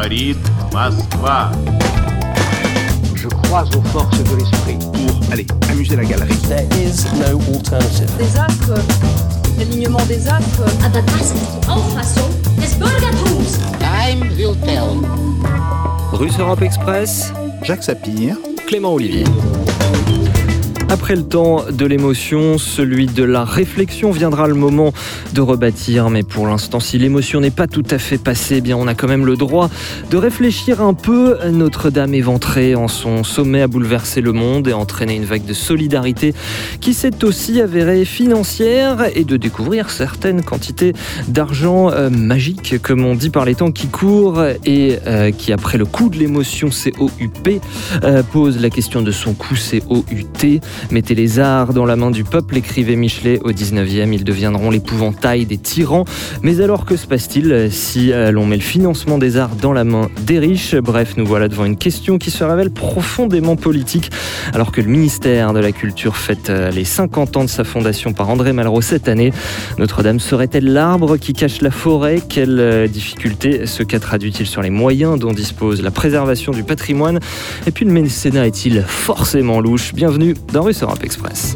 говорит Москва. Je crois aux forces de l'esprit. Pour aller amuser la galerie. There is no alternative. Des astres, l'alignement des astres. Aber das ist die Auffassung des Bürgertums. Time will tell. Russe Europe Express, Jacques Sapir. Clément Olivier. Après le temps de l'émotion, celui de la réflexion, viendra le moment de rebâtir. Mais pour l'instant, si l'émotion n'est pas tout à fait passée, eh bien on a quand même le droit de réfléchir un peu. Notre-Dame éventrée en son sommet a bouleversé le monde et entraîné une vague de solidarité qui s'est aussi avérée financière et de découvrir certaines quantités d'argent magique, comme on dit par les temps qui courent et qui, après le coup de l'émotion COUP, pose la question de son coût COUT. Mettez les arts dans la main du peuple, écrivait Michelet au 19e, ils deviendront l'épouvantail des tyrans. Mais alors que se passe-t-il si l'on met le financement des arts dans la main des riches ? Bref, nous voilà devant une question qui se révèle profondément politique. Alors que le ministère de la Culture fête les 50 ans de sa fondation par André Malraux cette année, Notre-Dame serait-elle l'arbre qui cache la forêt ? Quelles difficultés ce cas traduit-il sur les moyens dont dispose la préservation du patrimoine ? Et puis le mécénat est-il forcément louche ? Bienvenue dans Russe Europe Express.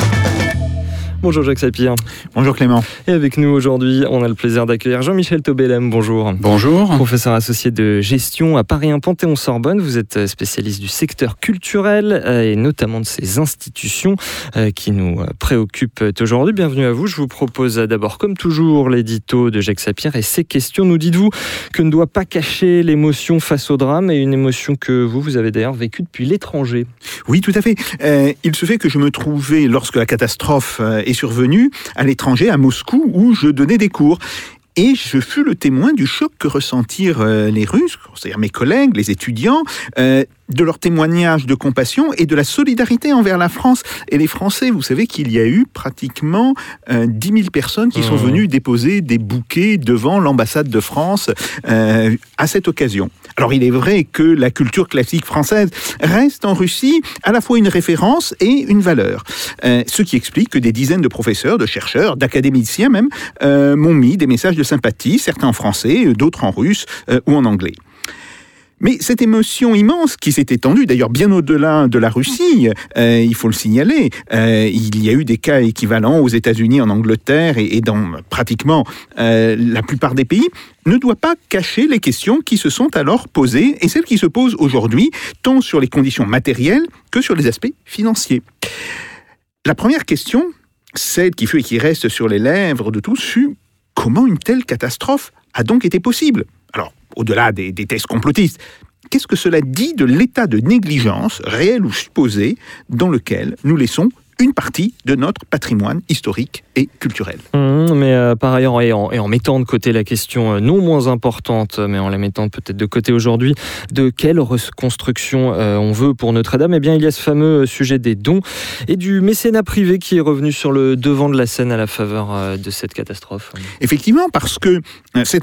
Bonjour Jacques Sapir. Bonjour Clément. Et avec nous aujourd'hui, on a le plaisir d'accueillir Jean-Michel Taubellem. Bonjour. Bonjour. Professeur associé de gestion à Paris 1 Panthéon-Sorbonne. Vous êtes spécialiste du secteur culturel et notamment de ces institutions qui nous préoccupent aujourd'hui. Bienvenue à vous. Je vous propose d'abord, comme toujours, l'édito de Jacques Sapir et ses questions. Nous dites-vous que ne doit pas cacher l'émotion face au drame, et une émotion que vous avez d'ailleurs vécue depuis l'étranger. Oui, tout à fait. Il se fait que je me trouvais, lorsque la catastrophe est survenue, à l'étranger, à Moscou, où je donnais des cours. Et je fus le témoin du choc que ressentirent les Russes, c'est-à-dire mes collègues, les étudiants, de leur témoignage de compassion et de la solidarité envers la France et les Français. Vous savez qu'il y a eu pratiquement 10 000 personnes qui sont venues déposer des bouquets devant l'ambassade de France à cette occasion. Alors il est vrai que la culture classique française reste en Russie à la fois une référence et une valeur. Ce qui explique que des dizaines de professeurs, de chercheurs, d'académiciens même, m'ont mis des messages de sympathie, certains en français, d'autres en russe ou en anglais. Mais cette émotion immense qui s'est étendue, d'ailleurs bien au-delà de la Russie, il faut le signaler, il y a eu des cas équivalents aux États-Unis, en Angleterre et dans pratiquement la plupart des pays, ne doit pas cacher les questions qui se sont alors posées et celles qui se posent aujourd'hui, tant sur les conditions matérielles que sur les aspects financiers. La première question, celle qui fut et qui reste sur les lèvres de tous, fut comment une telle catastrophe a donc été possible ? Alors, au-delà des thèses complotistes, qu'est-ce que cela dit de l'état de négligence, réel ou supposé, dans lequel nous laissons une partie de notre patrimoine historique et culturel. Mais par ailleurs, et en mettant de côté la question non moins importante, mais en la mettant peut-être de côté aujourd'hui, de quelle reconstruction on veut pour Notre-Dame, eh bien il y a ce fameux sujet des dons et du mécénat privé qui est revenu sur le devant de la scène à la faveur de cette catastrophe. Effectivement, parce que cet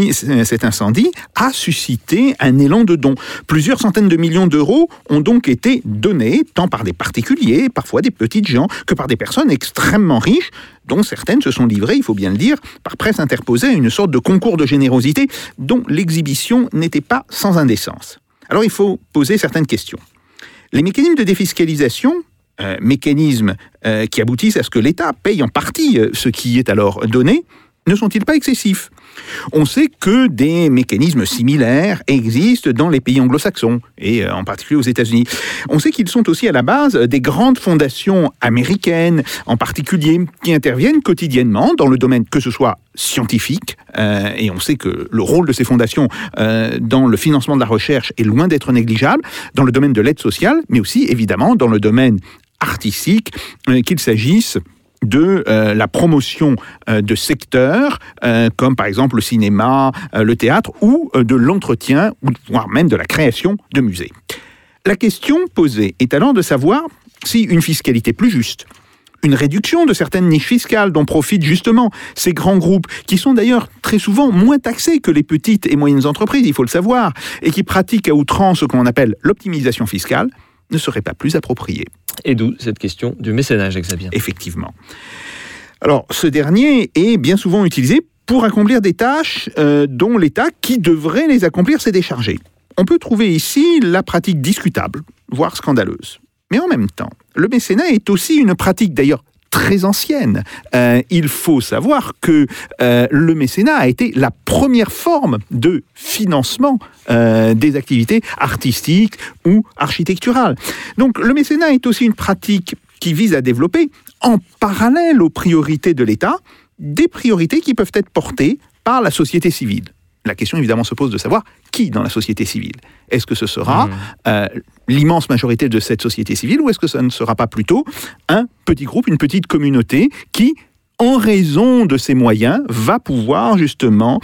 incendie a suscité un élan de dons. Plusieurs centaines de millions d'euros ont donc été donnés, tant par des particuliers, parfois des petits gens, que par des personnes extrêmement riches, dont certaines se sont livrées, il faut bien le dire, par presse interposée à une sorte de concours de générosité dont l'exhibition n'était pas sans indécence. Alors il faut poser certaines questions. Les mécanismes de défiscalisation, mécanismes qui aboutissent à ce que l'État paye en partie ce qui est alors donné, ne sont-ils pas excessifs ? On sait que des mécanismes similaires existent dans les pays anglo-saxons, et en particulier aux États-Unis. On sait qu'ils sont aussi à la base des grandes fondations américaines, en particulier, qui interviennent quotidiennement dans le domaine, que ce soit scientifique, et on sait que le rôle de ces fondations dans le financement de la recherche est loin d'être négligeable, dans le domaine de l'aide sociale, mais aussi, évidemment, dans le domaine artistique, qu'il s'agisse de la promotion de secteurs comme par exemple le cinéma, le théâtre ou de l'entretien, voire même de la création de musées. La question posée est alors de savoir si une fiscalité plus juste, une réduction de certaines niches fiscales dont profitent justement ces grands groupes, qui sont d'ailleurs très souvent moins taxés que les petites et moyennes entreprises, il faut le savoir, et qui pratiquent à outrance ce qu'on appelle l'optimisation fiscale, ne serait pas plus appropriée. Et d'où cette question du mécénat, Jacques Sapir. Effectivement. Alors, ce dernier est bien souvent utilisé pour accomplir des tâches dont l'État, qui devrait les accomplir, s'est déchargé. On peut trouver ici la pratique discutable, voire scandaleuse. Mais en même temps, le mécénat est aussi une pratique d'ailleurs très ancienne. Il faut savoir que le mécénat a été la première forme de financement des activités artistiques ou architecturales. Donc le mécénat est aussi une pratique qui vise à développer, en parallèle aux priorités de l'État, des priorités qui peuvent être portées par la société civile. La question évidemment se pose de savoir qui dans la société civile. Est-ce que ce sera l'immense majorité de cette société civile ou est-ce que ça ne sera pas plutôt un petit groupe, une petite communauté qui, en raison de ses moyens, va pouvoir justement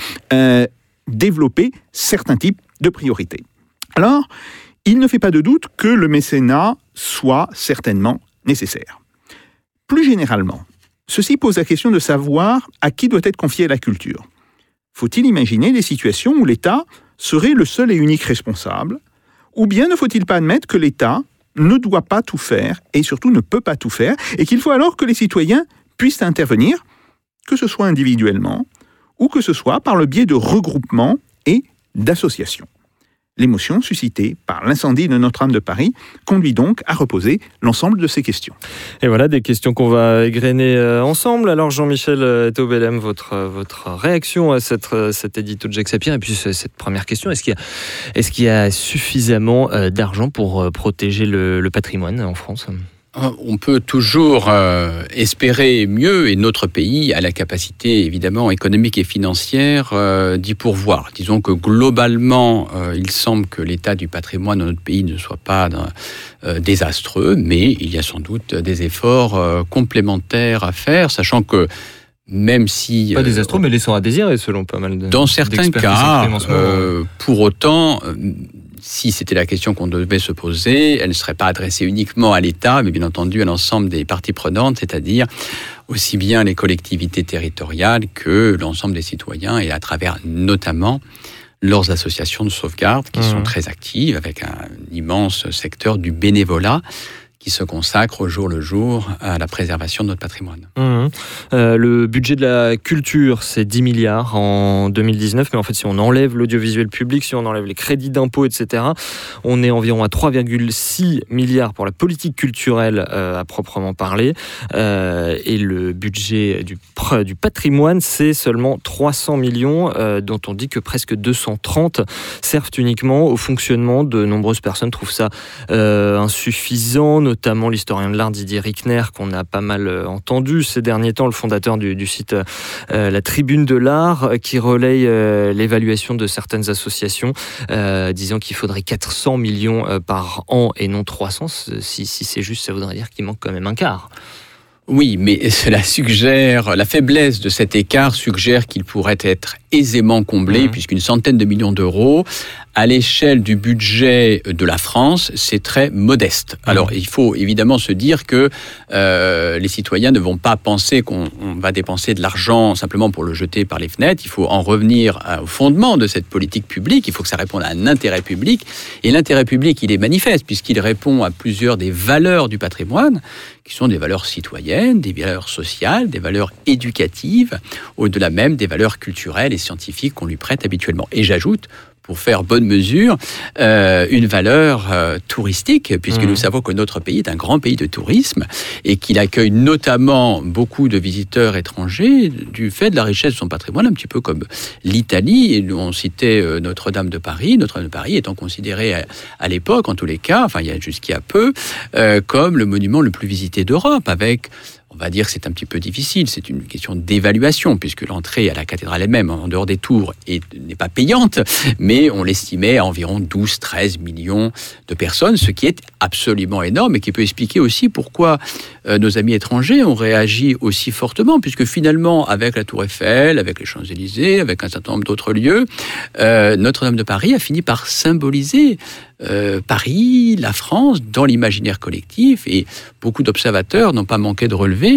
développer certains types de priorités. Alors, il ne fait pas de doute que le mécénat soit certainement nécessaire. Plus généralement, ceci pose la question de savoir à qui doit être confiée la culture. Faut-il imaginer des situations où l'État serait le seul et unique responsable, ou bien ne faut-il pas admettre que l'État ne doit pas tout faire, et surtout ne peut pas tout faire, et qu'il faut alors que les citoyens puissent intervenir, que ce soit individuellement, ou que ce soit par le biais de regroupements et d'associations. L'émotion suscitée par l'incendie de Notre-Dame de Paris conduit donc à reposer l'ensemble de ces questions. Et voilà des questions qu'on va égrener ensemble. Alors Jean-Michel Taubellem, votre réaction à cet édito de Jacques Sapir et puis cette première question, est-ce qu'il y a suffisamment d'argent pour protéger le patrimoine en France ? On peut toujours espérer mieux, et notre pays a la capacité évidemment économique et financière d'y pourvoir. Disons que globalement, il semble que l'état du patrimoine dans notre pays ne soit pas désastreux, mais il y a sans doute des efforts complémentaires à faire, sachant que même si... Pas désastreux, mais laissant à désirer selon pas mal de... Dans certains cas, pour autant... Si c'était la question qu'on devait se poser, elle ne serait pas adressée uniquement à l'État, mais bien entendu à l'ensemble des parties prenantes, c'est-à-dire aussi bien les collectivités territoriales que l'ensemble des citoyens, et à travers notamment leurs associations de sauvegarde qui sont très actives, avec un immense secteur du bénévolat qui se consacre au jour le jour à la préservation de notre patrimoine. Le budget de la culture, c'est 10 milliards en 2019, mais en fait, si on enlève l'audiovisuel public, si on enlève les crédits d'impôts, etc., on est environ à 3,6 milliards pour la politique culturelle à proprement parler, et le budget du patrimoine, c'est seulement 300 millions, dont on dit que presque 230 servent uniquement au fonctionnement. De nombreuses personnes trouvent ça insuffisant, notamment l'historien de l'art Didier Rickner, qu'on a pas mal entendu ces derniers temps, le fondateur du site La Tribune de l'Art, qui relaye l'évaluation de certaines associations, disant qu'il faudrait 400 millions par an et non 300. Si c'est juste, ça voudrait dire qu'il manque quand même un quart. Oui, mais cela suggère, la faiblesse de cet écart suggère qu'il pourrait être aisément comblé, puisqu'une centaine de millions d'euros, à l'échelle du budget de la France, c'est très modeste. Alors, il faut évidemment se dire que les citoyens ne vont pas penser qu'on va dépenser de l'argent simplement pour le jeter par les fenêtres. Il faut en revenir au fondement de cette politique publique. Il faut que ça réponde à un intérêt public. Et l'intérêt public, il est manifeste, puisqu'il répond à plusieurs des valeurs du patrimoine, qui sont des valeurs citoyennes, des valeurs sociales, des valeurs éducatives, au-delà même des valeurs culturelles et scientifiques qu'on lui prête habituellement. Et j'ajoute, pour faire bonne mesure, une valeur touristique, puisque nous savons que notre pays est un grand pays de tourisme et qu'il accueille notamment beaucoup de visiteurs étrangers du fait de la richesse de son patrimoine, un petit peu comme l'Italie. Et on citait Notre-Dame de Paris. Notre-Dame de Paris étant considérée à l'époque, en tous les cas, enfin il y a jusqu'il y a peu, comme le monument le plus visité d'Europe, avec... On va dire que c'est un petit peu difficile, c'est une question d'évaluation, puisque l'entrée à la cathédrale elle-même, en dehors des tours, n'est pas payante, mais on l'estimait à environ 12-13 millions de personnes, ce qui est absolument énorme et qui peut expliquer aussi pourquoi nos amis étrangers ont réagi aussi fortement, puisque finalement, avec la Tour Eiffel, avec les Champs-Élysées, avec un certain nombre d'autres lieux, Notre-Dame de Paris a fini par symboliser Paris, la France, dans l'imaginaire collectif, et beaucoup d'observateurs n'ont pas manqué de relever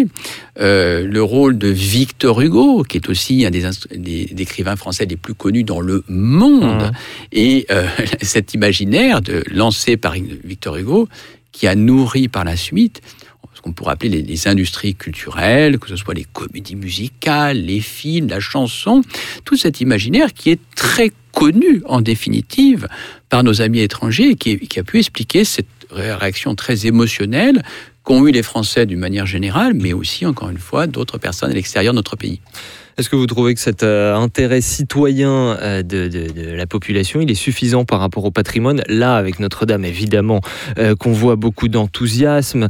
le rôle de Victor Hugo, qui est aussi un des écrivains français les plus connus dans le monde, et cet imaginaire lancé par Victor Hugo, qui a nourri par la suite ce qu'on pourrait appeler les industries culturelles, que ce soit les comédies musicales, les films, la chanson, tout cet imaginaire qui est très connu en définitive par nos amis étrangers et qui a pu expliquer cette réaction très émotionnelle qu'ont eu les Français d'une manière générale, mais aussi, encore une fois, d'autres personnes à l'extérieur de notre pays. Est-ce que vous trouvez que cet intérêt citoyen de la population, il est suffisant par rapport au patrimoine ? Là, avec Notre-Dame, évidemment, qu'on voit beaucoup d'enthousiasme,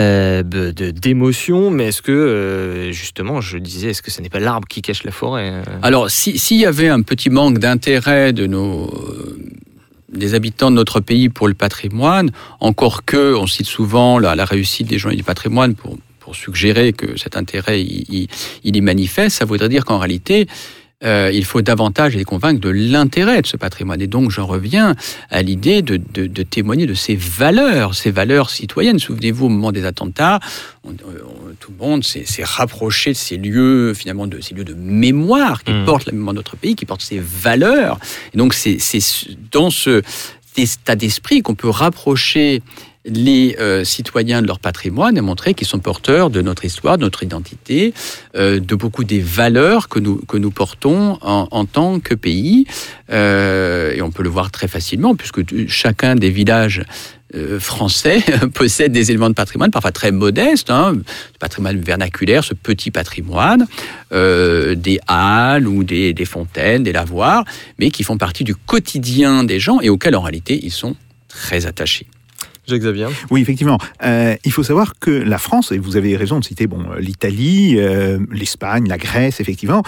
d'émotion, mais est-ce que, justement, je disais, est-ce que ce n'est pas l'arbre qui cache la forêt ? Alors, s'il y avait un petit manque d'intérêt des habitants de notre pays pour le patrimoine, encore que, on cite souvent la réussite des journées du patrimoine pour suggérer que cet intérêt il est manifeste, ça voudrait dire qu'en réalité, il faut davantage les convaincre de l'intérêt de ce patrimoine. Et donc, j'en reviens à l'idée de témoigner de ces valeurs citoyennes. Souvenez-vous, au moment des attentats, tout le monde s'est rapproché de ces lieux, finalement, de ces lieux de mémoire qui portent la mémoire de notre pays, qui portent ces valeurs. Et donc, c'est dans cet état d'esprit qu'on peut rapprocher les citoyens de leur patrimoine et montrer qu'ils sont porteurs de notre histoire, de notre identité, de beaucoup des valeurs que nous portons en tant que pays. Et on peut le voir très facilement, puisque chacun des villages français possède des éléments de patrimoine, parfois très modestes, ce patrimoine vernaculaire, ce petit patrimoine, des halles ou des fontaines, des lavoirs, mais qui font partie du quotidien des gens et auxquels, en réalité, ils sont très attachés. Jacques-Xavier. Oui, effectivement. Il faut savoir que la France, et vous avez raison de citer l'Italie, l'Espagne, la Grèce, effectivement,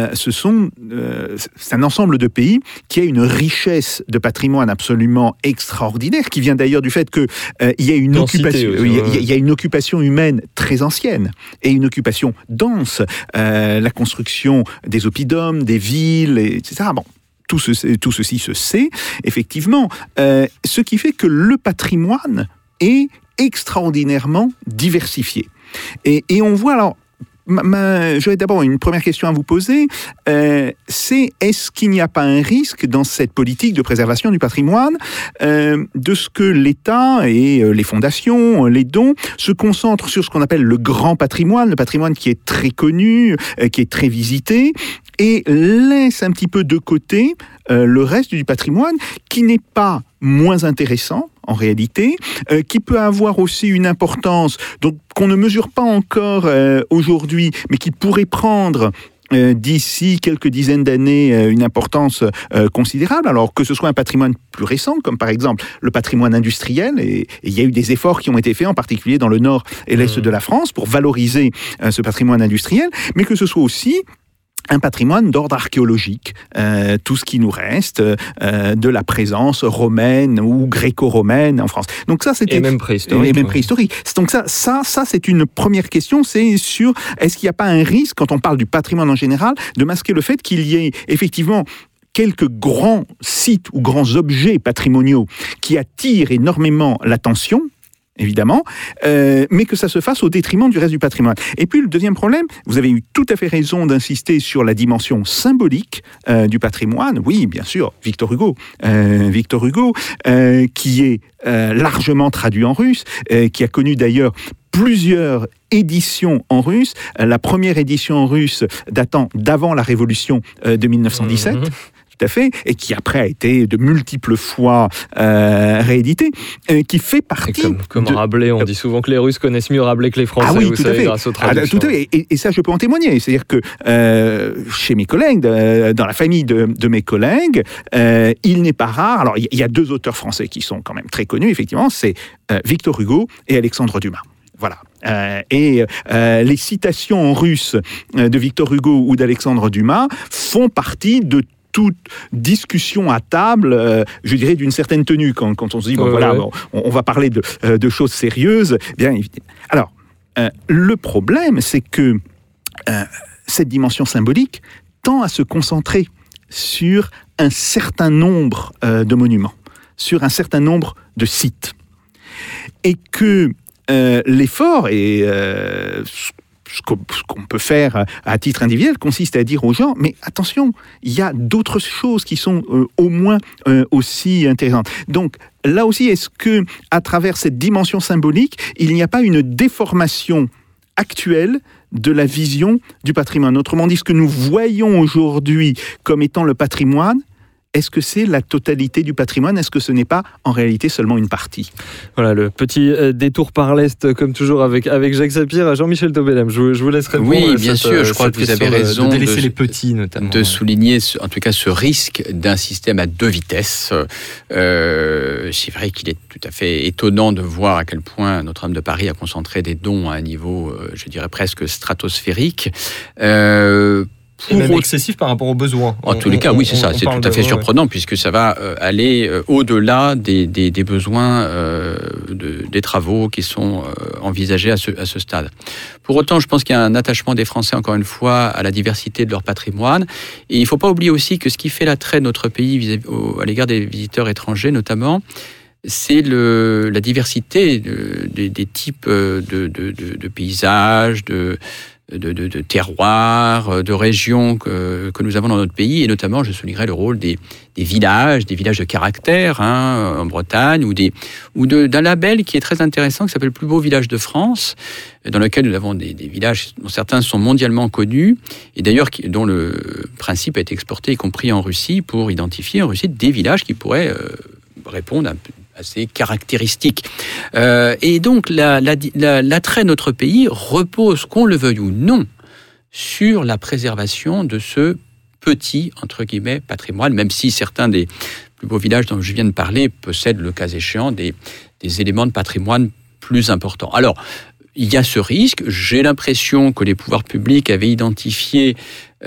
c'est un ensemble de pays qui a une richesse de patrimoine absolument extraordinaire, qui vient d'ailleurs du fait qu'il y a une occupation, il y a une occupation humaine très ancienne et une occupation dense. La construction des oppidums, des villes, etc. Bon. Tout ceci se sait, effectivement, ce qui fait que le patrimoine est extraordinairement diversifié. Et on voit, alors, j'aurais d'abord une première question à vous poser, c'est est-ce qu'il n'y a pas un risque dans cette politique de préservation du patrimoine de ce que l'État et les fondations, les dons, se concentrent sur ce qu'on appelle le grand patrimoine, le patrimoine qui est très connu, qui est très visité, et laisse un petit peu de côté le reste du patrimoine qui n'est pas moins intéressant en réalité, qui peut avoir aussi une importance donc, qu'on ne mesure pas encore aujourd'hui, mais qui pourrait prendre d'ici quelques dizaines d'années une importance considérable, alors que ce soit un patrimoine plus récent, comme par exemple le patrimoine industriel, et il y a eu des efforts qui ont été faits, en particulier dans le nord et l'est de la France, pour valoriser ce patrimoine industriel, mais que ce soit aussi un patrimoine d'ordre archéologique, tout ce qui nous reste de la présence romaine ou gréco-romaine en France. Donc ça, c'était... Et même préhistorique. Donc ça, c'est une première question, c'est sur est-ce qu'il n'y a pas un risque, quand on parle du patrimoine en général, de masquer le fait qu'il y ait effectivement quelques grands sites ou grands objets patrimoniaux qui attirent énormément l'attention, évidemment, mais que ça se fasse au détriment du reste du patrimoine. Et puis le deuxième problème, vous avez eu tout à fait raison d'insister sur la dimension symbolique du patrimoine. Oui, bien sûr, Victor Hugo, qui est largement traduit en russe, qui a connu d'ailleurs plusieurs éditions en russe. La première édition en russe datant d'avant la Révolution de 1917. Tout à fait, et qui après a été de multiples fois réédité, qui fait partie... Comme Rabelais, on dit souvent que les Russes connaissent mieux Rabelais que les Français, vous savez, grâce aux traductions. Tout à fait, et ça je peux en témoigner, c'est-à-dire que chez mes collègues, dans la famille de mes collègues, il n'est pas rare, alors il y a deux auteurs français qui sont quand même très connus, effectivement, c'est Victor Hugo et Alexandre Dumas. Voilà. Les citations en russe de Victor Hugo ou d'Alexandre Dumas font partie de toute discussion à table, je dirais, d'une certaine tenue, quand on se dit, on va parler de choses sérieuses. Bien évidemment. Alors, le problème, c'est que cette dimension symbolique tend à se concentrer sur un certain nombre de monuments, sur un certain nombre de sites. Et que l'effort, et ce qu'on peut faire à titre individuel consiste à dire aux gens, mais attention, il y a d'autres choses qui sont au moins aussi intéressantes. Donc, là aussi, est-ce que, à travers cette dimension symbolique, il n'y a pas une déformation actuelle de la vision du patrimoine? Autrement dit, ce que nous voyons aujourd'hui comme étant le patrimoine, est-ce que c'est la totalité du patrimoine? Est-ce que ce n'est pas en réalité seulement une partie? Voilà, le petit détour par l'Est, comme toujours avec Jacques Sapir. Jean-Michel Tobelem, je vous laisse répondre. Oui, bien sûr, je crois que vous avez raison de délaisser les petits, notamment. De souligner, en tout cas, ce risque d'un système à deux vitesses. C'est vrai qu'il est tout à fait étonnant de voir à quel point Notre-Dame de Paris a concentré des dons à un niveau, je dirais presque stratosphérique. Et même excessif par rapport aux besoins. En tous les cas, oui, c'est ça. C'est tout à fait surprenant puisque ça va aller au-delà des besoins des travaux qui sont envisagés à ce stade. Pour autant, je pense qu'il y a un attachement des Français, encore une fois, à la diversité de leur patrimoine. Et il ne faut pas oublier aussi que ce qui fait l'attrait de notre pays à l'égard des visiteurs étrangers, notamment, c'est la diversité des types de paysages, de terroirs, de régions que nous avons dans notre pays, et notamment, je soulignerai le rôle des villages de caractère en Bretagne, ou d'un label qui est très intéressant, qui s'appelle Plus beau village de France, dans lequel nous avons des villages dont certains sont mondialement connus, et d'ailleurs dont le principe a été exporté, y compris en Russie, pour identifier en Russie des villages qui pourraient répondre à ces caractéristiques. Et donc, l'attrait de notre pays repose, qu'on le veuille ou non, sur la préservation de ce petit, entre guillemets, patrimoine, même si certains des plus beaux villages dont je viens de parler possèdent, le cas échéant, des éléments de patrimoine plus importants. Alors, il y a ce risque. J'ai l'impression que les pouvoirs publics avaient identifié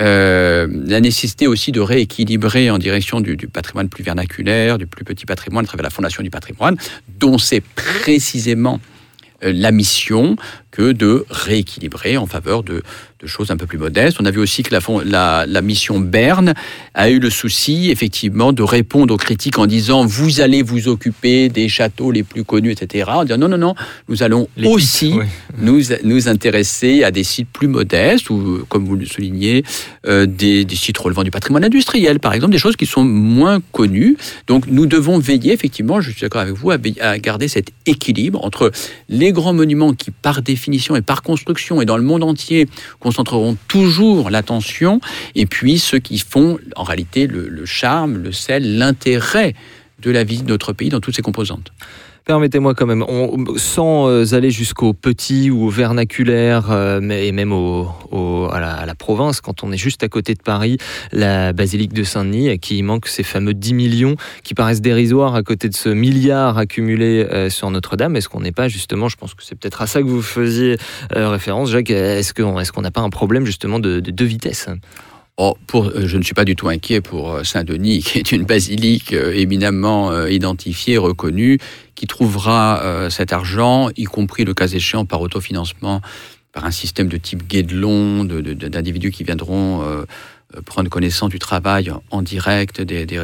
la nécessité aussi de rééquilibrer en direction du patrimoine plus vernaculaire, du plus petit patrimoine à travers la Fondation du patrimoine, dont c'est précisément la mission que de rééquilibrer en faveur de choses un peu plus modestes. On a vu aussi que la mission Berne a eu le souci, effectivement, de répondre aux critiques en disant « vous allez vous occuper des châteaux les plus connus, etc. » En disant « non, nous allons aussi nous intéresser à des sites plus modestes, ou, comme vous le soulignez, des sites relevant du patrimoine industriel, par exemple, des choses qui sont moins connues. Donc, nous devons veiller, effectivement, je suis d'accord avec vous, à garder cet équilibre entre les grands monuments qui, par définition et par construction, et dans le monde entier, concentreront toujours l'attention, et puis ceux qui font en réalité le charme, le sel, l'intérêt de la vie de notre pays dans toutes ses composantes. Permettez-moi quand même, sans aller jusqu'au petit ou au vernaculaire, et même à la province, quand on est juste à côté de Paris, la basilique de Saint-Denis, à qui il manque ces fameux 10 millions qui paraissent dérisoires à côté de ce milliard accumulé sur Notre-Dame. Est-ce qu'on n'est pas justement, je pense que c'est peut-être à ça que vous faisiez référence, Jacques, est-ce qu'on n'a pas un problème justement de deux vitesses ? Je ne suis pas du tout inquiet pour Saint-Denis, qui est une basilique éminemment identifiée, reconnue, qui trouvera cet argent, y compris le cas échéant par autofinancement, par un système de type Guédelon, d'individus qui viendront prendre connaissance du travail en direct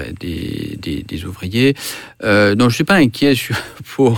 des ouvriers. Donc je ne suis pas inquiet pour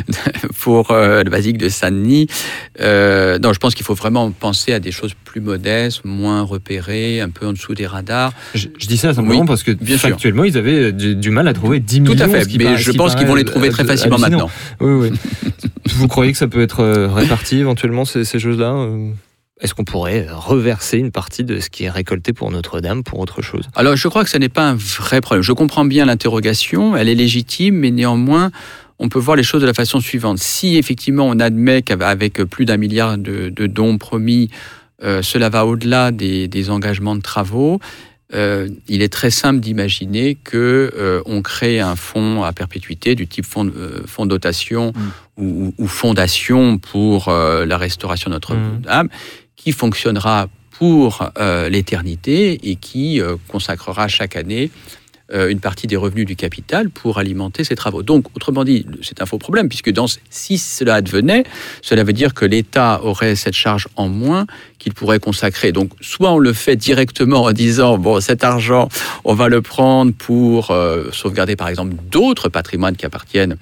la basilique de Saint-Denis. Non, je pense qu'il faut vraiment penser à des choses plus modestes, moins repérées, un peu en dessous des radars. Je dis ça simplement parce que factuellement, ils avaient du mal à trouver 10 millions. Tout à fait, mais je pense qu'ils vont les trouver très facilement maintenant. Oui. Vous croyez que ça peut être réparti éventuellement, ces choses-là ? Est-ce qu'on pourrait reverser une partie de ce qui est récolté pour Notre-Dame pour autre chose ? Alors, je crois que ce n'est pas un vrai problème. Je comprends bien l'interrogation, elle est légitime, mais néanmoins, on peut voir les choses de la façon suivante. Si, effectivement, on admet qu'avec plus d'1 milliard de dons promis, cela va au-delà des engagements de travaux, il est très simple d'imaginer qu'on crée un fonds à perpétuité du type fonds de dotation ou fondation pour la restauration de Notre-Dame, qui fonctionnera pour l'éternité et qui consacrera chaque année une partie des revenus du capital pour alimenter ces travaux. Donc, autrement dit, c'est un faux problème, puisque si cela advenait, cela veut dire que l'État aurait cette charge en moins qu'il pourrait consacrer. Donc, soit on le fait directement en disant, cet argent, on va le prendre pour sauvegarder, par exemple, d'autres patrimoines qui appartiennent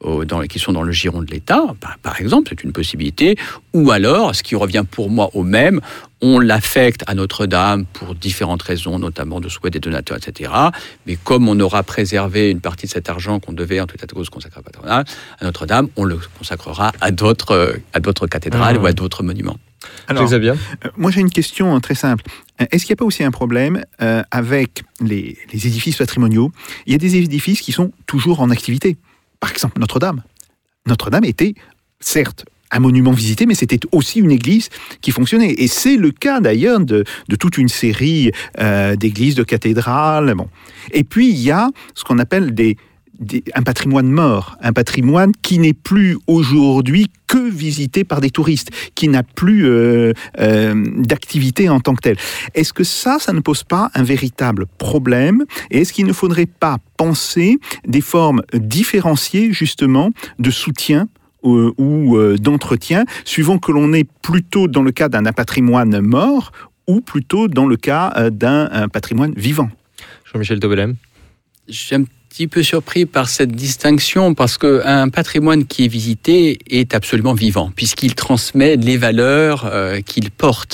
qui sont dans le giron de l'État, par exemple, c'est une possibilité. Ou alors, ce qui revient pour moi au même, on l'affecte à Notre-Dame pour différentes raisons, notamment de souhait des donateurs, etc. Mais comme on aura préservé une partie de cet argent qu'on devait en tout état de cause consacrer à Notre-Dame, on le consacrera à d'autres cathédrales ou à d'autres monuments. Alors, moi j'ai une question très simple. Est-ce qu'il n'y a pas aussi un problème avec les édifices patrimoniaux ? Il y a des édifices qui sont toujours en activité. Par exemple, Notre-Dame. Notre-Dame était, certes, un monument visité, mais c'était aussi une église qui fonctionnait. Et c'est le cas d'ailleurs de toute une série d'églises, de cathédrales. Bon. Et puis il y a ce qu'on appelle un patrimoine mort, un patrimoine qui n'est plus aujourd'hui que visité par des touristes, qui n'a plus d'activité en tant que telle. Est-ce que ça ne pose pas un véritable problème ? Et est-ce qu'il ne faudrait pas penser des formes différenciées justement de soutien ou d'entretien, suivant que l'on est plutôt dans le cas d'un patrimoine mort ou plutôt dans le cas d'un patrimoine vivant ? Jean-Michel Taubelem. Je suis un petit peu surpris par cette distinction parce qu'un patrimoine qui est visité est absolument vivant puisqu'il transmet les valeurs qu'il porte.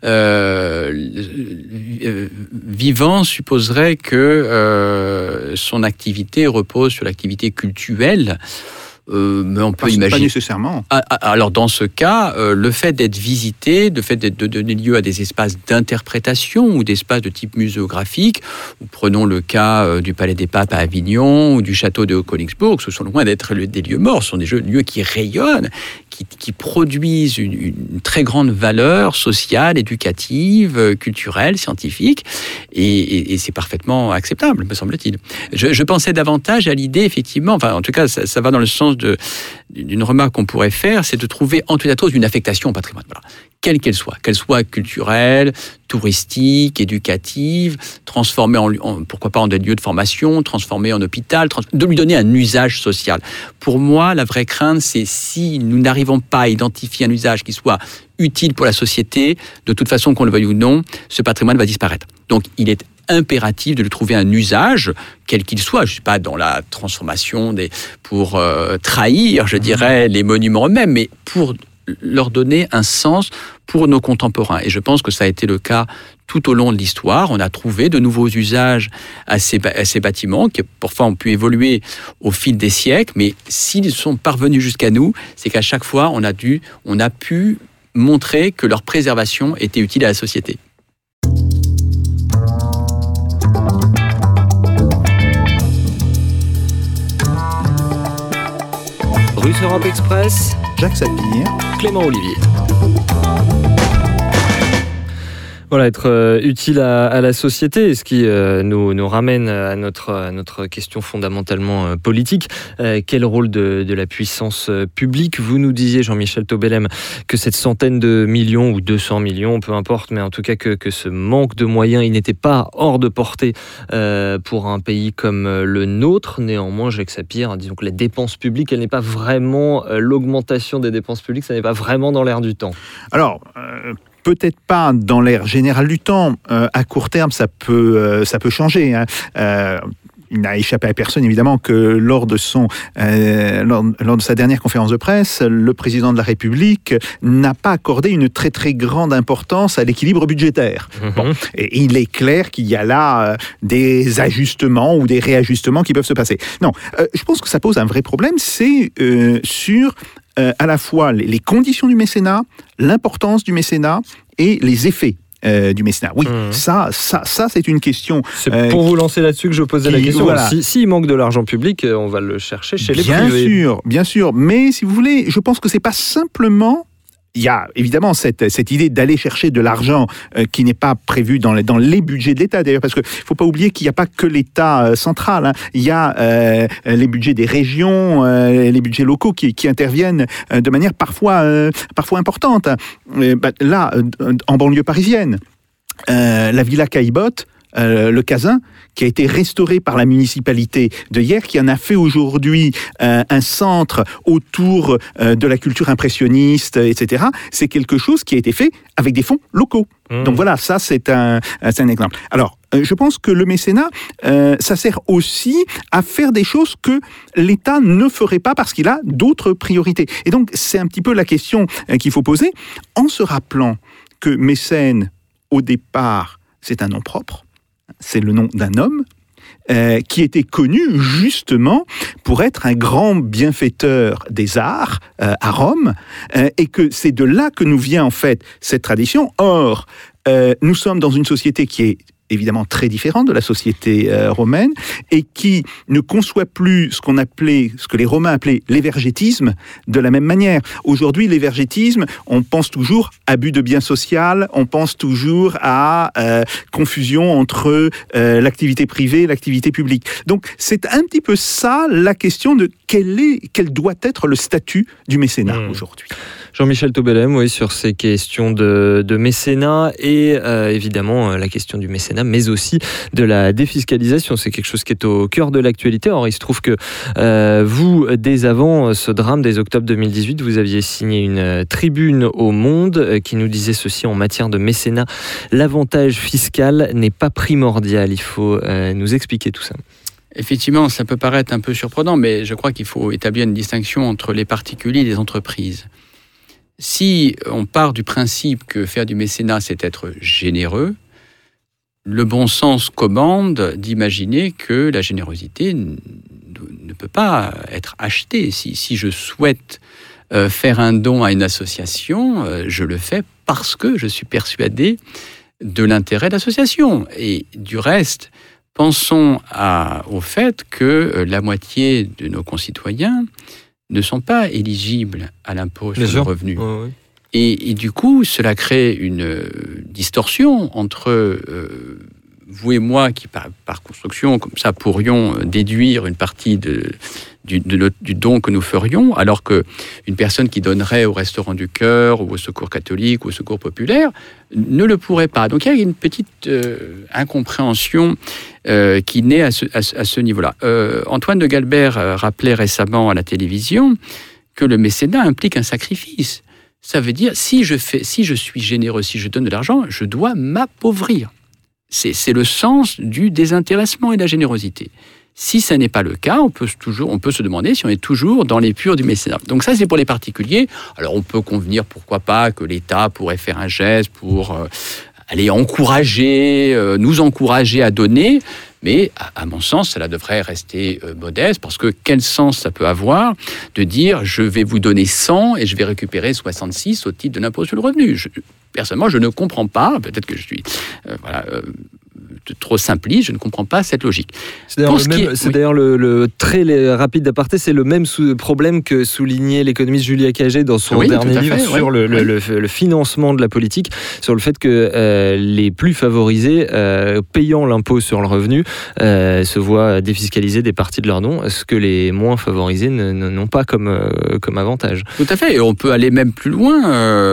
Vivant supposerait que son activité repose sur l'activité cultuelle. Mais on peut imaginer. Pas nécessairement. Alors dans ce cas, le fait d'être visité, le fait de donner lieu à des espaces d'interprétation ou d'espaces de type muséographique, ou prenons le cas du Palais des Papes à Avignon ou du château de Königsbourg, ce sont loin d'être des lieux morts, ce sont des lieux qui rayonnent, qui produisent une très grande valeur sociale, éducative, culturelle, scientifique, et c'est parfaitement acceptable, me semble-t-il. Je pensais davantage à l'idée, effectivement, enfin en tout cas ça va dans le sens d'une remarque qu'on pourrait faire, c'est de trouver en tout état de cause une affectation au patrimoine. Voilà. Quelle qu'elle soit culturelle, touristique, éducative, transformée pourquoi pas en des lieux de formation, transformée en hôpital, de lui donner un usage social. Pour moi, la vraie crainte, c'est si nous n'arrivons pas à identifier un usage qui soit utile pour la société, de toute façon, qu'on le veuille ou non, ce patrimoine va disparaître. Donc, il est impératif de lui trouver un usage, quel qu'il soit. Je ne suis pas dans la transformation pour trahir, je dirais, les monuments eux-mêmes, mais pour leur donner un sens pour nos contemporains. Et je pense que ça a été le cas tout au long de l'histoire. On a trouvé de nouveaux usages à ces bâtiments qui parfois ont pu évoluer au fil des siècles, mais s'ils sont parvenus jusqu'à nous, c'est qu'à chaque fois, on a pu montrer que leur préservation était utile à la société. Russe Europe Express, Jacques Sapir, Clément Olivier. Voilà, être utile à la société, ce qui nous ramène à notre question fondamentalement politique. Quel rôle de la puissance publique ? Vous nous disiez, Jean-Michel Taubelem, que cette centaine de millions ou 200 millions, peu importe, mais en tout cas que ce manque de moyens, il n'était pas hors de portée pour un pays comme le nôtre. Néanmoins, Jacques Sapir, disons que les dépenses publiques, elle n'est pas vraiment l'augmentation des dépenses publiques, ça n'est pas vraiment dans l'air du temps. Alors, peut-être pas dans l'air général du temps. À court terme, ça peut changer. Il n'a échappé à personne, évidemment, que lors de sa dernière conférence de presse, le président de la République n'a pas accordé une très très grande importance à l'équilibre budgétaire. Bon, et il est clair qu'il y a là des ajustements ou des réajustements qui peuvent se passer. Non, je pense que ça pose un vrai problème, c'est sur à la fois les conditions du mécénat, l'importance du mécénat et les effets du mécénat. Oui, ça c'est une question. C'est pour vous lancer là-dessus que je posais la question. Voilà. S'il manque de l'argent public, on va le chercher chez les privés. Bien sûr. Mais si vous voulez, je pense que c'est pas simplement. Il y a évidemment cette idée d'aller chercher de l'argent qui n'est pas prévu dans les budgets de l'État, d'ailleurs, parce qu'il ne faut pas oublier qu'il n'y a pas que l'État central. Hein. Il y a les budgets des régions, les budgets locaux qui interviennent de manière parfois importante. Là, en banlieue parisienne, la Villa Caillebotte, le Casin, qui a été restauré par la municipalité de Hyères, qui en a fait aujourd'hui un centre autour de la culture impressionniste, etc. C'est quelque chose qui a été fait avec des fonds locaux. Donc voilà, ça c'est un exemple. Alors, je pense que le mécénat, ça sert aussi à faire des choses que l'État ne ferait pas parce qu'il a d'autres priorités. Et donc, c'est un petit peu la question qu'il faut poser, en se rappelant que mécène, au départ, c'est un nom propre, c'est le nom d'un homme, qui était connu justement pour être un grand bienfaiteur des arts à Rome, et que c'est de là que nous vient en fait cette tradition. Or, nous sommes dans une société qui est évidemment très différente de la société romaine, et qui ne conçoit plus ce que les Romains appelaient l'évergétisme de la même manière. Aujourd'hui, l'évergétisme, on pense toujours abus de biens social, on pense toujours à confusion entre l'activité privée et l'activité publique. Donc, c'est un petit peu ça la question de quel doit être le statut du mécénat aujourd'hui. Jean-Michel Taubellem, oui, sur ces questions de mécénat et évidemment la question du mécénat, mais aussi de la défiscalisation. C'est quelque chose qui est au cœur de l'actualité. Or, il se trouve que vous, dès avant ce drame, dès octobre 2018, vous aviez signé une tribune au Monde qui nous disait ceci: en matière de mécénat, l'avantage fiscal n'est pas primordial. Il faut nous expliquer tout ça. Effectivement, ça peut paraître un peu surprenant, mais je crois qu'il faut établir une distinction entre les particuliers et les entreprises. Si on part du principe que faire du mécénat, c'est être généreux, le bon sens commande d'imaginer que la générosité ne peut pas être achetée. Si je souhaite faire un don à une association, je le fais parce que je suis persuadé de l'intérêt de l'association. Et du reste, pensons au fait que la moitié de nos concitoyens ne sont pas éligibles à l'impôt sur le revenu. Oh, oui. Et du coup, cela crée une distorsion entre vous et moi qui, par construction, comme ça, pourrions déduire une partie du don que nous ferions, alors qu'une personne qui donnerait au Restaurant du Cœur, ou au Secours catholique, ou au Secours populaire, ne le pourrait pas. Donc il y a une petite incompréhension qui naît à ce niveau-là. Antoine de Galbert rappelait récemment à la télévision que le mécénat implique un sacrifice. Ça veut dire, si je suis généreux, si je donne de l'argent, je dois m'appauvrir. C'est le sens du désintéressement et de la générosité. Si ça n'est pas le cas, on peut se demander si on est toujours dans l'épure du mécénat. Donc ça, c'est pour les particuliers. Alors on peut convenir, pourquoi pas, que l'État pourrait faire un geste pour nous encourager à donner. Mais à mon sens, cela devrait rester modeste, parce que quel sens ça peut avoir de dire je vais vous donner 100 et je vais récupérer 66 au titre de l'impôt sur le revenu. Personnellement, je ne comprends pas, peut-être que je suis trop simpliste, je ne comprends pas cette logique. C'est d'ailleurs le très rapide aparté, c'est le même problème que soulignait l'économiste Julia Cagé dans son dernier livre sur le financement de la politique, sur le fait que les plus favorisés, payant l'impôt sur le revenu, se voient défiscaliser des parties de leurs dons, ce que les moins favorisés n'ont pas comme avantage. Tout à fait, et on peut aller même plus loin.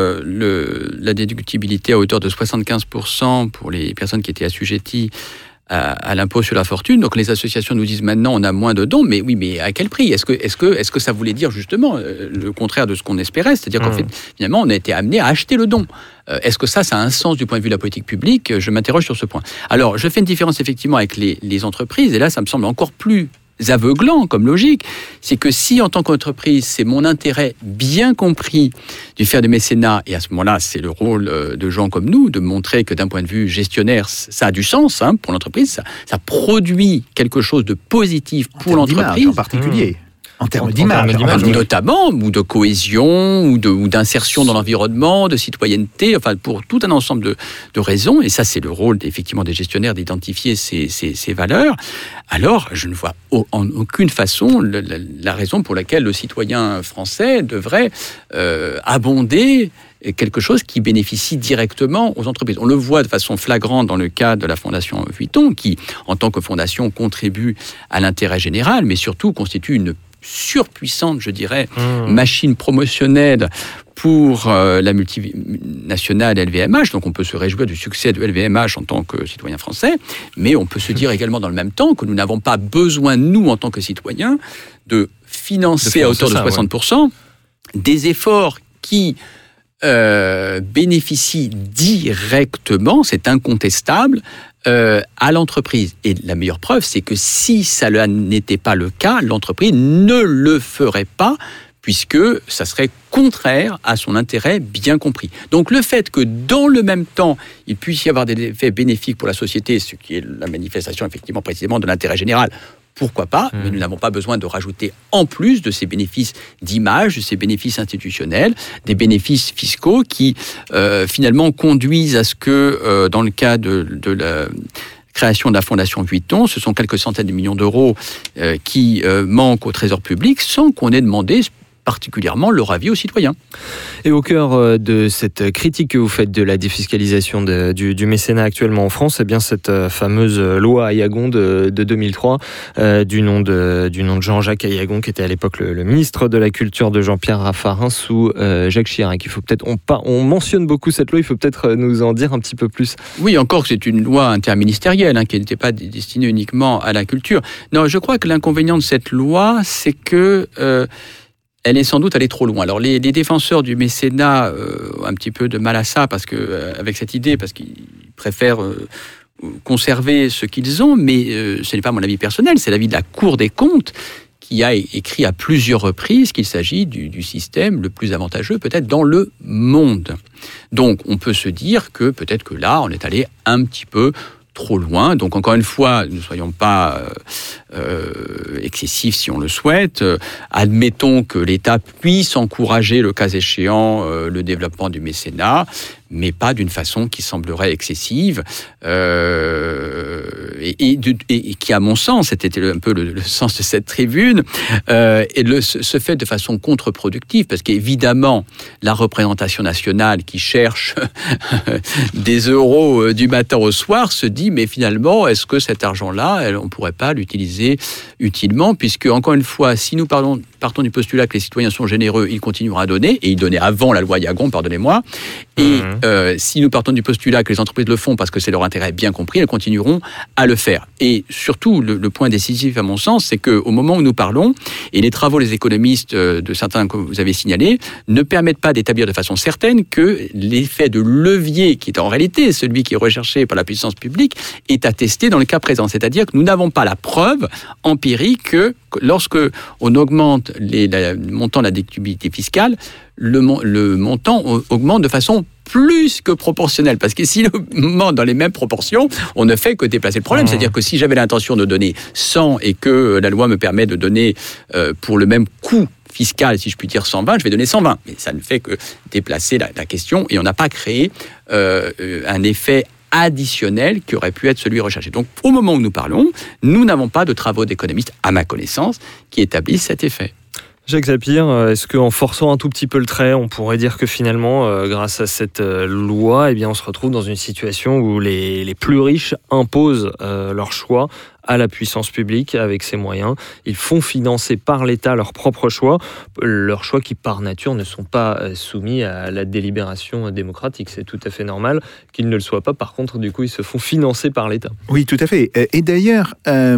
La déductibilité à hauteur de 75% pour les personnes qui étaient assujetties à l'impôt sur la fortune. Donc les associations nous disent maintenant on a moins de dons, mais oui, mais à quel prix ? Est-ce que ça voulait dire justement le contraire de ce qu'on espérait ? C'est-à-dire qu'en fait, finalement, on a été amené à acheter le don. Est-ce que ça a un sens du point de vue de la politique publique ? Je m'interroge sur ce point. Alors, je fais une différence effectivement avec les entreprises, et là, ça me semble encore plus aveuglant comme logique, c'est que si en tant qu'entreprise, c'est mon intérêt bien compris de faire du mécénat, et à ce moment-là, c'est le rôle de gens comme nous, de montrer que d'un point de vue gestionnaire, ça a du sens pour l'entreprise, ça produit quelque chose de positif pour l'entreprise. En particulier. En termes d'image, notamment, ou de cohésion, ou d'insertion dans l'environnement, de citoyenneté, enfin pour tout un ensemble de raisons, et ça c'est le rôle effectivement des gestionnaires d'identifier ces valeurs. Alors je ne vois en aucune façon la raison pour laquelle le citoyen français devrait abonder quelque chose qui bénéficie directement aux entreprises. On le voit de façon flagrante dans le cas de la Fondation Vuitton, qui, en tant que fondation, contribue à l'intérêt général, mais surtout constitue une surpuissante, je dirais, machine promotionnelle pour la multinationale LVMH. Donc on peut se réjouir du succès de LVMH en tant que citoyen français, mais on peut se dire également dans le même temps que nous n'avons pas besoin, nous, en tant que citoyens, de financer à hauteur de 60% des efforts qui bénéficient directement, c'est incontestable, à l'entreprise. Et la meilleure preuve, c'est que si ça n'était pas le cas, l'entreprise ne le ferait pas, puisque ça serait contraire à son intérêt bien compris. Donc le fait que dans le même temps, il puisse y avoir des effets bénéfiques pour la société, ce qui est la manifestation effectivement précisément de l'intérêt général, pourquoi pas, mais nous n'avons pas besoin de rajouter en plus de ces bénéfices d'image, de ces bénéfices institutionnels, des bénéfices fiscaux qui finalement conduisent à ce que dans le cas de la création de la Fondation Vuitton, ce sont quelques centaines de millions d'euros qui manquent au Trésor public sans qu'on ait demandé particulièrement leur avis aux citoyens. Et au cœur de cette critique que vous faites de la défiscalisation du mécénat actuellement en France, eh bien cette fameuse loi Aillagon de 2003 du nom de Jean-Jacques Aillagon, qui était à l'époque le ministre de la Culture de Jean-Pierre Raffarin sous Jacques Chirac. Il faut peut-être, on mentionne beaucoup cette loi, il faut peut-être nous en dire un petit peu plus. Oui, encore que c'est une loi interministérielle qui n'était pas destinée uniquement à la culture. Non, je crois que l'inconvénient de cette loi, c'est que elle est sans doute allée trop loin. Alors les défenseurs du mécénat ont un petit peu de mal à ça avec cette idée, parce qu'ils préfèrent conserver ce qu'ils ont, mais ce n'est pas mon avis personnel, c'est l'avis de la Cour des comptes qui a écrit à plusieurs reprises qu'il s'agit du système le plus avantageux peut-être dans le monde. Donc on peut se dire que peut-être que là on est allé un petit peu trop loin. Donc encore une fois, ne soyons pas excessifs si on le souhaite. Admettons que l'État puisse encourager, le cas échéant, le développement du mécénat, mais pas d'une façon qui semblerait excessive et qui, à mon sens, c'était un peu le sens de cette tribune, se fait de façon contre-productive, parce qu'évidemment, la représentation nationale qui cherche des euros du matin au soir se dit, mais finalement, est-ce que cet argent-là, on ne pourrait pas l'utiliser utilement, puisque, encore une fois, si nous partons du postulat que les citoyens sont généreux, ils continueront à donner, et ils donnaient avant la loi Aillagon, pardonnez-moi, et si nous partons du postulat que les entreprises le font parce que c'est leur intérêt bien compris, elles continueront à le faire. Et surtout, le point décisif à mon sens, c'est qu'au moment où nous parlons, et les travaux des économistes, de certains que vous avez signalés, ne permettent pas d'établir de façon certaine que l'effet de levier, qui est en réalité celui qui est recherché par la puissance publique, est attesté dans le cas présent. C'est-à-dire que nous n'avons pas la preuve empirique que lorsque on augmente le montant de la déductibilité fiscale, le montant augmente de façon plus que proportionnelle. Parce que s'il augmente dans les mêmes proportions, on ne fait que déplacer le problème. C'est-à-dire que si j'avais l'intention de donner 100 et que la loi me permet de donner pour le même coût fiscal, si je puis dire 120, je vais donner 120. Mais ça ne fait que déplacer la question, et on n'a pas créé un effet additionnel qui aurait pu être celui recherché. Donc, au moment où nous parlons, nous n'avons pas de travaux d'économistes, à ma connaissance, qui établissent cet effet. Jacques Sapir, est-ce qu'en forçant un tout petit peu le trait, on pourrait dire que finalement, grâce à cette loi, eh bien, on se retrouve dans une situation où les plus riches imposent leur choix à la puissance publique avec ses moyens. Ils font financer par l'État leurs propres choix qui par nature ne sont pas soumis à la délibération démocratique. C'est tout à fait normal qu'ils ne le soient pas. Par contre, du coup, ils se font financer par l'État. Oui, tout à fait. Et d'ailleurs,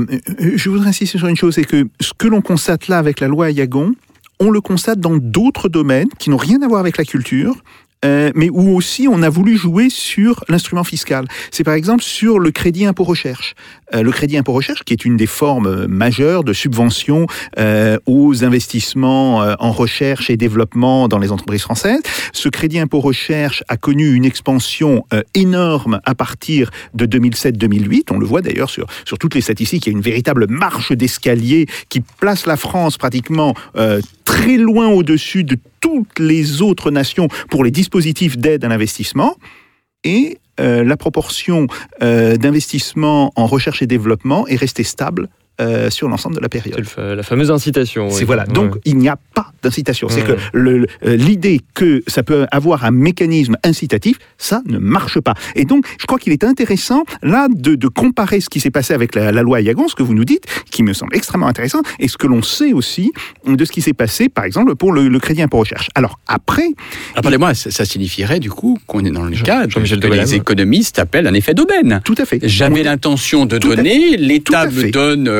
je voudrais insister sur une chose, c'est que ce que l'on constate là avec la loi Aillagon, on le constate dans d'autres domaines qui n'ont rien à voir avec la culture, mais où aussi on a voulu jouer sur l'instrument fiscal. C'est par exemple sur le crédit impôt recherche. Le crédit impôt recherche, qui est une des formes majeures de subvention aux investissements en recherche et développement dans les entreprises françaises. Ce crédit impôt recherche a connu une expansion énorme à partir de 2007-2008. On le voit d'ailleurs sur toutes les statistiques. Il y a une véritable marche d'escalier qui place la France pratiquement très loin au-dessus de toutes les autres nations pour les dispositifs d'aide à l'investissement. Et la proportion d'investissement en recherche et développement est restée stable sur l'ensemble de la période. C'est la fameuse incitation. Oui. C'est voilà. Donc il n'y a pas d'incitation. C'est que l'idée que ça peut avoir un mécanisme incitatif, ça ne marche pas. Et donc je crois qu'il est intéressant là de comparer ce qui s'est passé avec la loi Aillagon, ce que vous nous dites, qui me semble extrêmement intéressant, et ce que l'on sait aussi de ce qui s'est passé, par exemple, pour le crédit impôt recherche. Alors après, rappelez-moi, ça signifierait du coup qu'on est dans le cas que les économistes appellent un effet d'aubaine. Tout à fait. J'avais l'intention de donner, l'État me donne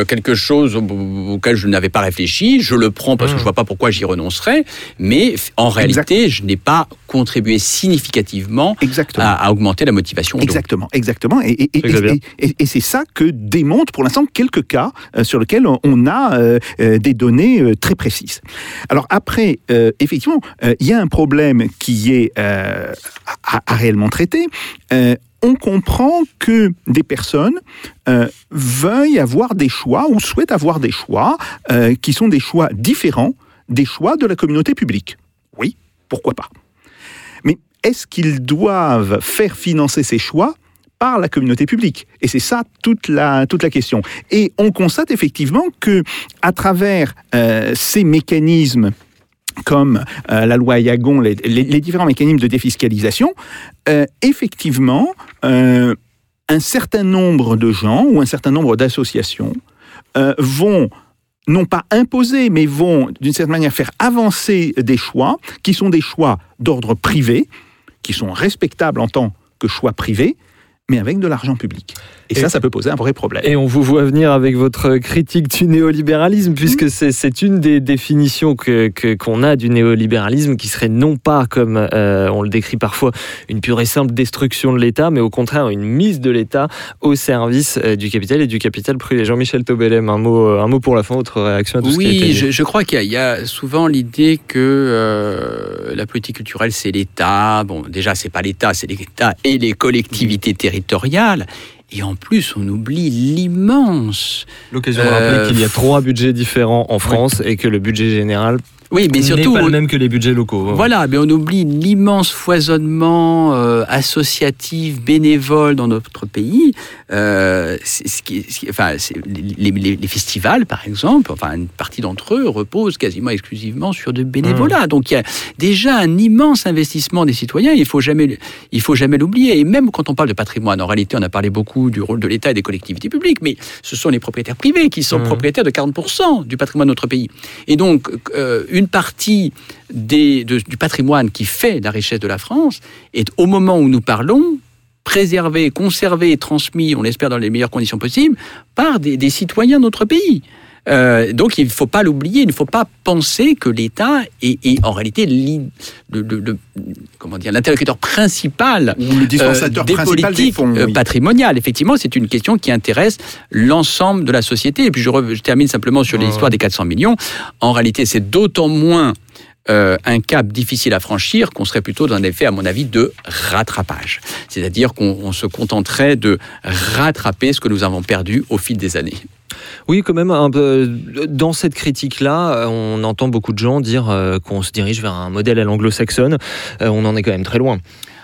quelque chose auquel je n'avais pas réfléchi, je le prends parce que je ne vois pas pourquoi j'y renoncerais, mais en réalité, je n'ai pas contribué significativement à augmenter la motivation. Exactement. Et c'est ça que démontrent pour l'instant quelques cas sur lesquels on a des données très précises. Alors après, effectivement, il y a un problème qui est à réellement traiter. On comprend que des personnes veuillent avoir des choix ou souhaitent avoir des choix qui sont des choix différents des choix de la communauté publique. Oui, pourquoi pas. Mais est-ce qu'ils doivent faire financer ces choix par la communauté publique? Et c'est ça toute la question. Et on constate effectivement que à travers ces mécanismes comme la loi Yagon, les différents mécanismes de défiscalisation, effectivement, un certain nombre de gens ou un certain nombre d'associations vont non pas imposer, mais vont d'une certaine manière faire avancer des choix qui sont des choix d'ordre privé, qui sont respectables en tant que choix privé, mais avec de l'argent public. Et ça peut poser un vrai problème. Et on vous voit venir avec votre critique du néolibéralisme, puisque c'est une des définitions qu'on a du néolibéralisme, qui serait non pas, comme on le décrit parfois, une pure et simple destruction de l'État, mais au contraire une mise de l'État au service du capital et du capital privé. Jean-Michel Taubellem, un mot pour la fin, votre réaction à tout ce qui a été dit. Oui, je crois qu'il y a souvent l'idée que la politique culturelle, c'est l'État. Bon, déjà, c'est pas l'État, c'est l'État et les collectivités territoriales. Et en plus, on oublie l'immense... L'occasion de rappeler qu'il y a 3 budgets différents en France et que le budget général... Oui, mais surtout, n'est pas le même que les budgets locaux. Voilà, mais on oublie l'immense foisonnement associatif, bénévole dans notre pays. Les festivals, par exemple, une partie d'entre eux reposent quasiment exclusivement sur de bénévolat. Donc il y a déjà un immense investissement des citoyens. Il faut jamais l'oublier. Et même quand on parle de patrimoine, en réalité, on a parlé beaucoup du rôle de l'État et des collectivités publiques, mais ce sont les propriétaires privés qui sont propriétaires de 40% du patrimoine de notre pays. Et donc une partie du patrimoine qui fait la richesse de la France est, au moment où nous parlons, préservé, conservé, transmis, on l'espère dans les meilleures conditions possibles, par des citoyens de notre pays. Donc il ne faut pas l'oublier, il ne faut pas penser que l'État est en réalité l'interlocuteur principal ou le dispensateur des principal politiques des fonds, patrimoniales. Effectivement, c'est une question qui intéresse l'ensemble de la société. Et puis je termine simplement sur l'histoire des 400 millions. En réalité, c'est d'autant moins un cap difficile à franchir qu'on serait plutôt dans un effet, à mon avis, de rattrapage. C'est-à-dire qu'on se contenterait de rattraper ce que nous avons perdu au fil des années. Oui, quand même, un peu, dans cette critique-là, on entend beaucoup de gens dire qu'on se dirige vers un modèle à l'anglo-saxonne. On en est quand même très loin.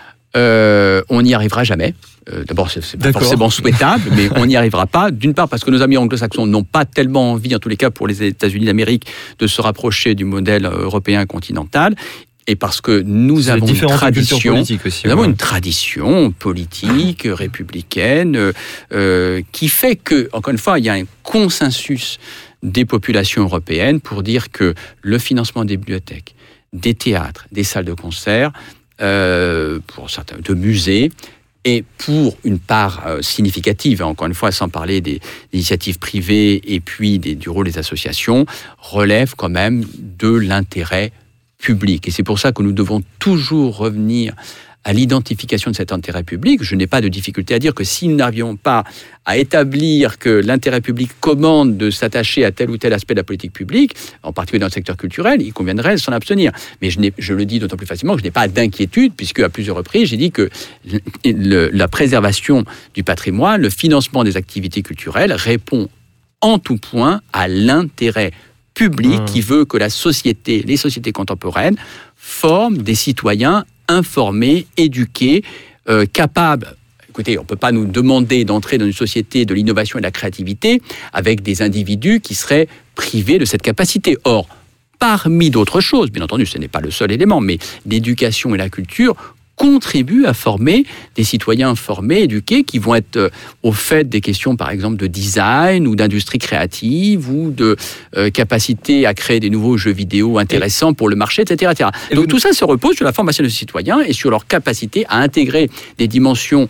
On n'y arrivera jamais. D'abord, c'est pas forcément souhaitable, mais on n'y arrivera pas. D'une part, parce que nos amis anglo-saxons n'ont pas tellement envie, en tous les cas pour les États-Unis d'Amérique, de se rapprocher du modèle européen continental. Et parce que nous avons une tradition, une tradition politique, républicaine, qui fait que, encore une fois, il y a un consensus des populations européennes pour dire que le financement des bibliothèques, des théâtres, des salles de concert, pour certains, de musées, et pour une part significative, encore une fois, sans parler des initiatives privées et puis du rôle des associations, relève quand même de l'intérêt public. Et c'est pour ça que nous devons toujours revenir à l'identification de cet intérêt public. Je n'ai pas de difficulté à dire que si nous n'arrivions pas à établir que l'intérêt public commande de s'attacher à tel ou tel aspect de la politique publique, en particulier dans le secteur culturel, il conviendrait de s'en abstenir. Mais je le dis d'autant plus facilement que je n'ai pas d'inquiétude, puisque à plusieurs reprises, j'ai dit que la préservation du patrimoine, le financement des activités culturelles répond en tout point à l'intérêt public qui veut que les sociétés contemporaines forment des citoyens informés, éduqués, capables. Écoutez, on ne peut pas nous demander d'entrer dans une société de l'innovation et de la créativité avec des individus qui seraient privés de cette capacité. Or, parmi d'autres choses, bien entendu, ce n'est pas le seul élément, mais l'éducation et la culture contribuent à former des citoyens formés, éduqués, qui vont être au fait des questions, par exemple, de design ou d'industrie créative ou de capacité à créer des nouveaux jeux vidéo intéressants pour le marché, etc. etc. Donc tout ça se repose sur la formation des citoyens et sur leur capacité à intégrer des dimensions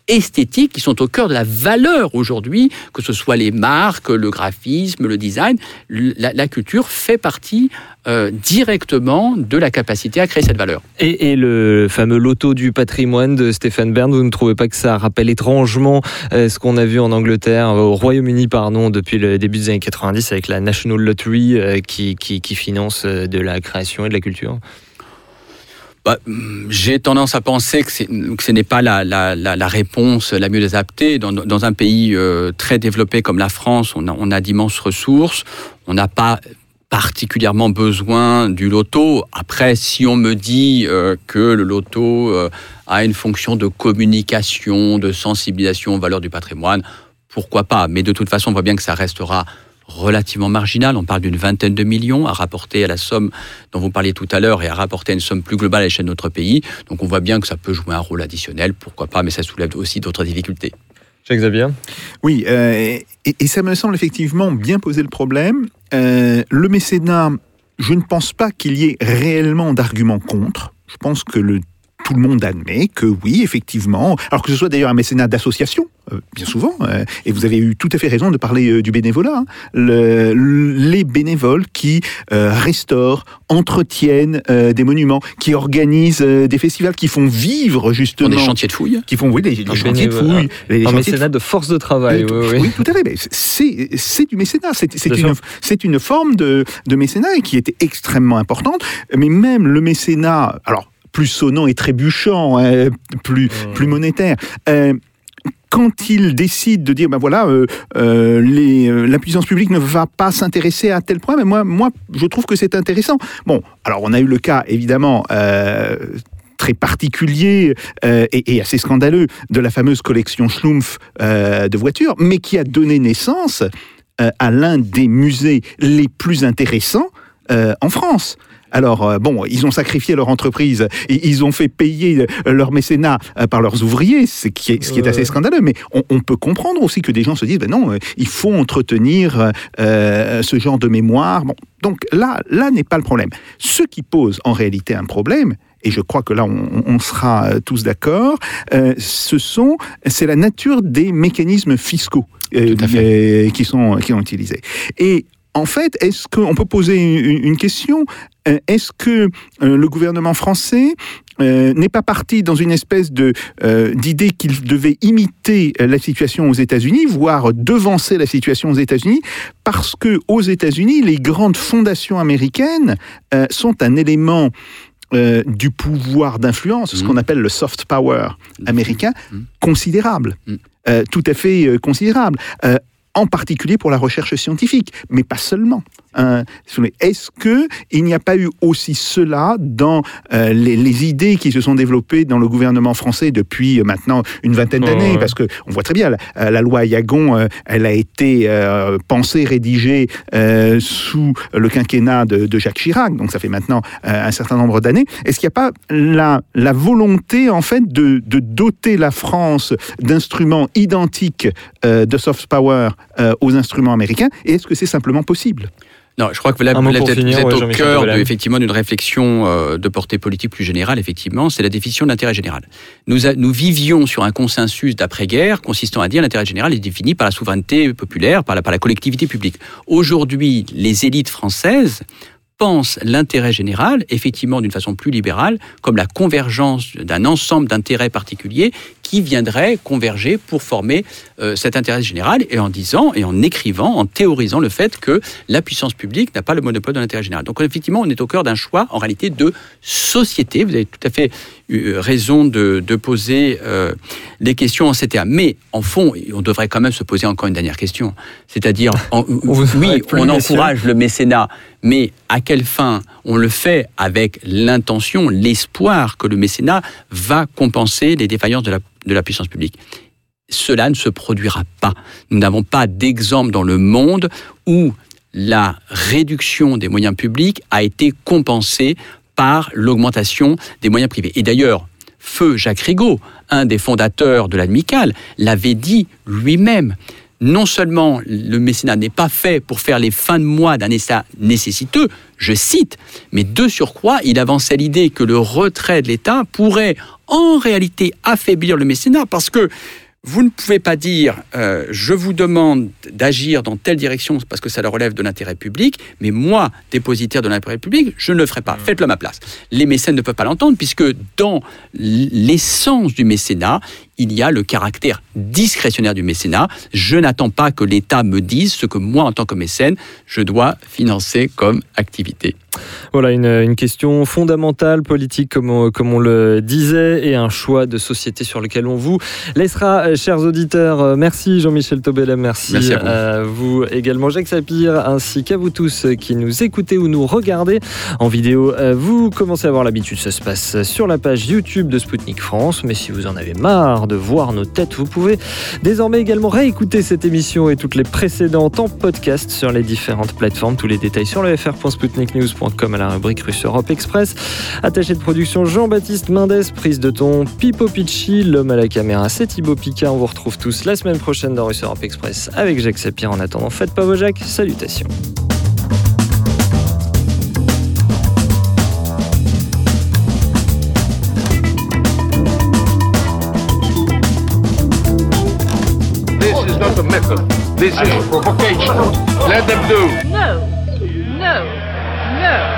esthétiques qui sont au cœur de la valeur aujourd'hui, que ce soit les marques, le graphisme, le design. La culture fait partie directement de la capacité à créer cette valeur. Et le fameux loto du patrimoine de Stéphane Bern, vous ne trouvez pas que ça rappelle étrangement ce qu'on a vu en Angleterre, au Royaume-Uni, depuis le début des années 90, avec la National Lottery qui finance de la création et de la culture ? J'ai tendance à penser que ce n'est pas la réponse la mieux adaptée. Dans un pays très développé comme la France, on a d'immenses ressources. On n'a pas particulièrement besoin du loto. Après, si on me dit que le loto a une fonction de communication, de sensibilisation aux valeurs du patrimoine, pourquoi pas ? Mais de toute façon, on voit bien que ça restera relativement marginal. On parle d'une 20aine de millions à rapporter à la somme dont vous parliez tout à l'heure et à rapporter à une somme plus globale à l'échelle de notre pays. Donc on voit bien que ça peut jouer un rôle additionnel, pourquoi pas, mais ça soulève aussi d'autres difficultés. Jacques Xavier ? Oui, et ça me semble effectivement bien poser le problème. Le mécénat, je ne pense pas qu'il y ait réellement d'arguments contre. Je pense que tout le monde admet que oui, effectivement, alors que ce soit d'ailleurs un mécénat d'association, bien souvent, et vous avez eu tout à fait raison de parler du bénévolat, les bénévoles qui restaurent, entretiennent des monuments, qui organisent des festivals, qui font vivre justement... Des chantiers de fouilles. Qui font, oui, les chantiers de fouilles. Un mécénat de force de travail. Oui, tout à fait. Mais c'est du mécénat. C'est une forme de mécénat qui était extrêmement importante. Mais même le mécénat... Alors, plus sonnant et trébuchant, plus monétaire. Quand il décide de dire, la puissance publique ne va pas s'intéresser à tel point, mais moi, je trouve que c'est intéressant. Bon, alors on a eu le cas, évidemment, très particulier et assez scandaleux de la fameuse collection Schlumpf de voitures, mais qui a donné naissance à l'un des musées les plus intéressants en France. Alors, ils ont sacrifié leur entreprise, ils ont fait payer leur mécénat par leurs ouvriers, ce qui est assez scandaleux, mais on peut comprendre aussi que des gens se disent, non, il faut entretenir ce genre de mémoire. Bon, donc là n'est pas le problème. Ce qui pose en réalité un problème, et je crois que là on sera tous d'accord, c'est la nature des mécanismes fiscaux qui sont utilisés. Et en fait, est-ce qu'on peut poser une question ? Est-ce que le gouvernement français n'est pas parti dans une espèce d'idée qu'il devait imiter la situation aux États-Unis, voire devancer la situation aux États-Unis, parce que aux États-Unis, les grandes fondations américaines sont un élément du pouvoir d'influence, ce qu'on appelle le soft power américain, considérable, tout à fait considérable. En particulier pour la recherche scientifique, mais pas seulement. Est-ce qu'il n'y a pas eu aussi cela dans les idées qui se sont développées dans le gouvernement français depuis maintenant une vingtaine d'années ? Parce qu'on voit très bien, la loi Yagon, elle a été pensée, rédigée sous le quinquennat de Jacques Chirac, donc ça fait maintenant un certain nombre d'années. Est-ce qu'il n'y a pas la volonté, en fait, de doter la France d'instruments identiques de soft power aux instruments américains ? Et est-ce que c'est simplement possible ? Non, je crois que vous êtes au cœur effectivement d'une réflexion de portée politique plus générale, effectivement, c'est la définition de l'intérêt général. Nous vivions sur un consensus d'après-guerre consistant à dire l'intérêt général est défini par la souveraineté populaire, par la collectivité publique. Aujourd'hui, les élites françaises pensent l'intérêt général, effectivement d'une façon plus libérale, comme la convergence d'un ensemble d'intérêts particuliers qui viendraient converger pour former cet intérêt général, et en disant, et en écrivant, en théorisant le fait que la puissance publique n'a pas le monopole de l'intérêt général. Donc effectivement, on est au cœur d'un choix, en réalité, de société. Vous avez tout à fait raison de poser les questions en ces termes. Mais, en fond, on devrait quand même se poser encore une dernière question. C'est-à-dire, oui, on encourage le mécénat, mais à quelle fin on le fait avec l'intention, l'espoir que le mécénat va compenser les défaillances de la puissance publique. Cela ne se produira pas. Nous n'avons pas d'exemple dans le monde où la réduction des moyens publics a été compensée par l'augmentation des moyens privés. Et d'ailleurs, feu Jacques Rigaud, un des fondateurs de l'Amicale, l'avait dit lui-même. Non seulement le mécénat n'est pas fait pour faire les fins de mois d'un État nécessiteux, je cite, mais de surcroît, il avançait l'idée que le retrait de l'État pourrait en réalité affaiblir le mécénat, parce que vous ne pouvez pas dire je vous demande d'agir dans telle direction parce que ça relève de l'intérêt public, mais moi, dépositaire de l'intérêt public, je ne le ferai pas. Faites-le à ma place. Les mécènes ne peuvent pas l'entendre puisque dans l'essence du mécénat, il y a le caractère discrétionnaire du mécénat. Je n'attends pas que l'État me dise ce que moi, en tant que mécène, je dois financer comme activité. Voilà, une question fondamentale, politique, comme on le disait, et un choix de société sur lequel on vous laissera, chers auditeurs. Merci Jean-Michel Taubellem, merci à vous également, Jacques Sapir, ainsi qu'à vous tous qui nous écoutez ou nous regardez en vidéo. Vous commencez à avoir l'habitude, ça se passe sur la page YouTube de Spoutnik France, mais si vous en avez marre de voir nos têtes, vous pouvez désormais également réécouter cette émission et toutes les précédentes en podcast sur les différentes plateformes. Tous les détails sur le fr.spoutniknews.com à la rubrique Russe Europe Express. Attaché de production Jean-Baptiste Mendes, prise de ton Pipo Picci, l'homme à la caméra c'est Thibaut Picard. On vous retrouve tous la semaine prochaine dans Russe Europe Express avec Jacques Sapir. En attendant, faites pas vos Jacques, salutations. Not a method. This is provocation. Let them do. No, no, no.